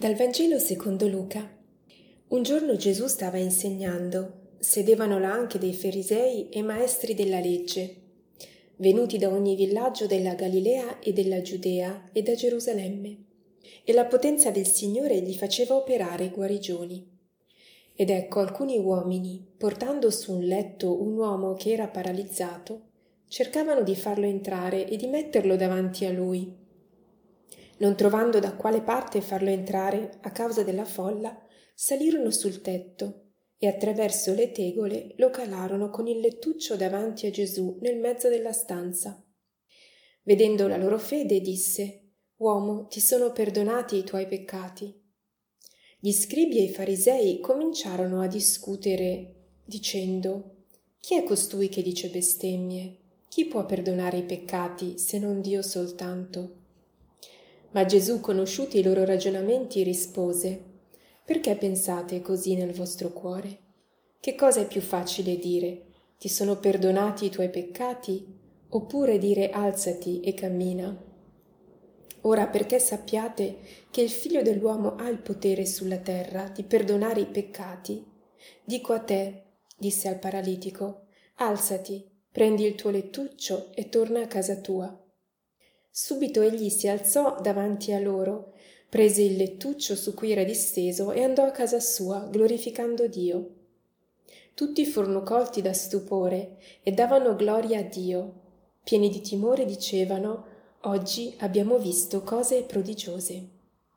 Dal Vangelo secondo Luca. Un giorno Gesù stava insegnando. Sedevano là anche dei farisei e maestri della legge, venuti da ogni villaggio della Galilea e della Giudea e da Gerusalemme. E la potenza del Signore gli faceva operare guarigioni. Ed ecco alcuni uomini, portando su un letto un uomo che era paralizzato, cercavano di farlo entrare e di metterlo davanti a lui. Non trovando da quale parte farlo entrare a causa della folla, salirono sul tetto e attraverso le tegole lo calarono con il lettuccio davanti a Gesù nel mezzo della stanza. Vedendo la loro fede, disse: «Uomo, ti sono perdonati i tuoi peccati». Gli scribi e i farisei cominciarono a discutere, dicendo: «Chi è costui che dice bestemmie? Chi può perdonare i peccati se non Dio soltanto?» Ma Gesù, conosciuti i loro ragionamenti, rispose: «Perché pensate così nel vostro cuore? Che cosa è più facile dire? Ti sono perdonati i tuoi peccati? Oppure dire alzati e cammina? Ora, perché sappiate che il Figlio dell'uomo ha il potere sulla terra di perdonare i peccati, dico a te», disse al paralitico, «alzati, prendi il tuo lettuccio e torna a casa tua». Subito egli si alzò davanti a loro, prese il lettuccio su cui era disteso e andò a casa sua, glorificando Dio. Tutti furono colti da stupore e davano gloria a Dio. Pieni di timore dicevano: «Oggi abbiamo visto cose prodigiose».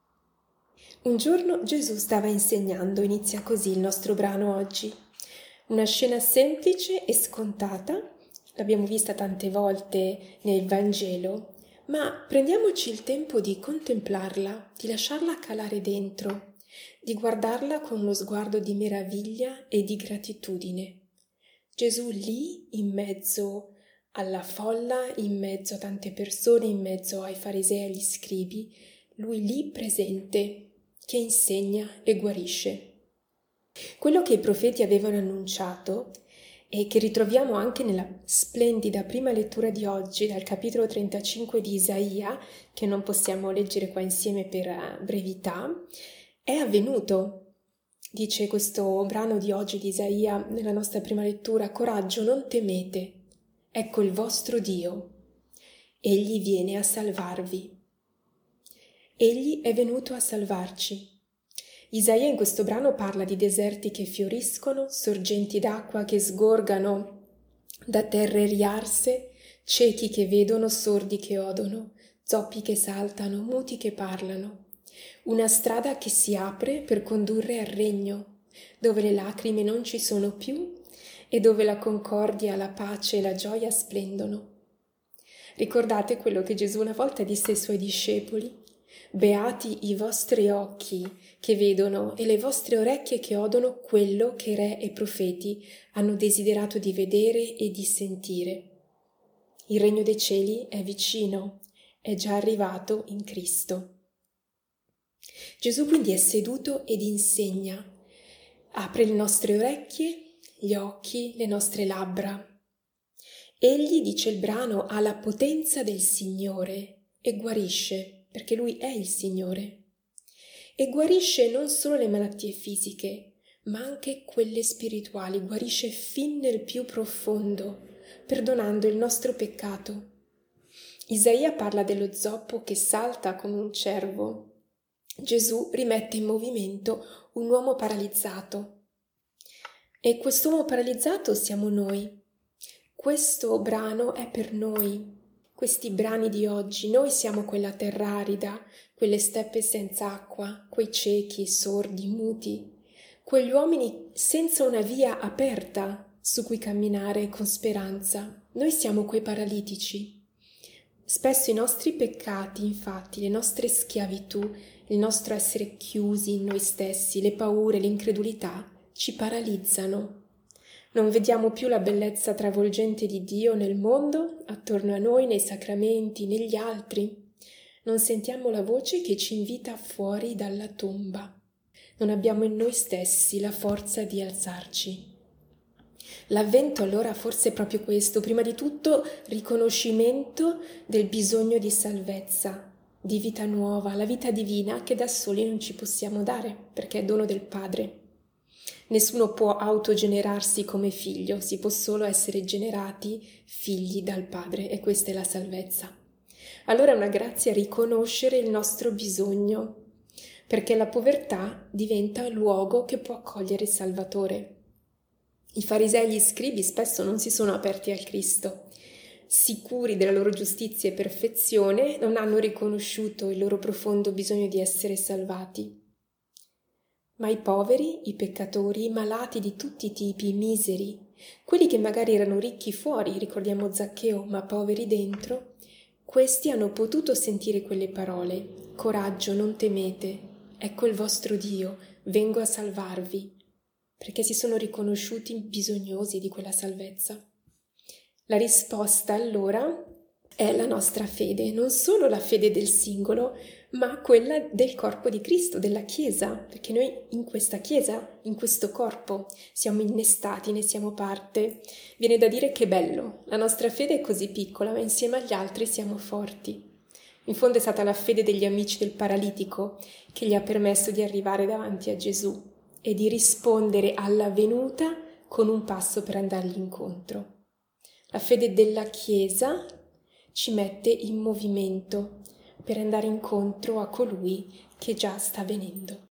Un giorno Gesù stava insegnando, inizia così il nostro brano oggi. Una scena semplice e scontata, l'abbiamo vista tante volte nel Vangelo, ma prendiamoci il tempo di contemplarla, di lasciarla calare dentro, di guardarla con uno sguardo di meraviglia e di gratitudine. Gesù lì, in mezzo alla folla, in mezzo a tante persone, in mezzo ai farisei e agli scribi, lui lì presente, che insegna e guarisce. Quello che i profeti avevano annunciato e che ritroviamo anche nella splendida prima lettura di oggi, dal capitolo 35 di Isaia, che non possiamo leggere qua insieme per brevità, è avvenuto. Dice questo brano di oggi di Isaia nella nostra prima lettura: «Coraggio, non temete, ecco il vostro Dio, egli viene a salvarvi». Egli è venuto a salvarci. Isaia in questo brano parla di deserti che fioriscono, sorgenti d'acqua che sgorgano da terre riarse, ciechi che vedono, sordi che odono, zoppi che saltano, muti che parlano. Una strada che si apre per condurre al regno, dove le lacrime non ci sono più e dove la concordia, la pace e la gioia splendono. Ricordate quello che Gesù una volta disse ai suoi discepoli? «Beati i vostri occhi che vedono e le vostre orecchie che odono quello che re e profeti hanno desiderato di vedere e di sentire». Il regno dei cieli è vicino, è già arrivato in Cristo. Gesù quindi è seduto ed insegna, apre le nostre orecchie, gli occhi, le nostre labbra. Egli, dice il brano, ha la potenza del Signore e guarisce, perché Lui è il Signore. E guarisce non solo le malattie fisiche, ma anche quelle spirituali, guarisce fin nel più profondo, perdonando il nostro peccato. Isaia parla dello zoppo che salta come un cervo. Gesù rimette in movimento un uomo paralizzato. E quest'uomo paralizzato siamo noi. Questo brano è per noi. Questi brani di oggi, noi siamo quella terra arida, quelle steppe senza acqua, quei ciechi, sordi, muti, quegli uomini senza una via aperta su cui camminare con speranza. Noi siamo quei paralitici. Spesso i nostri peccati, infatti, le nostre schiavitù, il nostro essere chiusi in noi stessi, le paure, l'incredulità, ci paralizzano. Non vediamo più la bellezza travolgente di Dio nel mondo, attorno a noi, nei sacramenti, negli altri. Non sentiamo la voce che ci invita fuori dalla tomba. Non abbiamo in noi stessi la forza di alzarci. L'Avvento allora forse è proprio questo, prima di tutto riconoscimento del bisogno di salvezza, di vita nuova, la vita divina che da soli non ci possiamo dare, perché è dono del Padre. Nessuno può autogenerarsi come figlio, si può solo essere generati figli dal Padre, e questa è la salvezza. Allora è una grazia riconoscere il nostro bisogno, perché la povertà diventa luogo che può accogliere il Salvatore. I farisei e gli scribi spesso non si sono aperti al Cristo. Sicuri della loro giustizia e perfezione, non hanno riconosciuto il loro profondo bisogno di essere salvati. Ma i poveri, i peccatori, i malati di tutti i tipi, i miseri, quelli che magari erano ricchi fuori, ricordiamo Zaccheo, ma poveri dentro, questi hanno potuto sentire quelle parole: coraggio, non temete, ecco il vostro Dio, vengo a salvarvi, perché si sono riconosciuti bisognosi di quella salvezza. La risposta allora è la nostra fede, non solo la fede del singolo, ma quella del corpo di Cristo, della Chiesa, perché noi in questa Chiesa, in questo corpo, siamo innestati, ne siamo parte. Viene da dire che bello, la nostra fede è così piccola, ma insieme agli altri siamo forti. In fondo è stata la fede degli amici del paralitico che gli ha permesso di arrivare davanti a Gesù e di rispondere alla venuta con un passo per andargli incontro. La fede della Chiesa ci mette in movimento per andare incontro a colui che già sta venendo.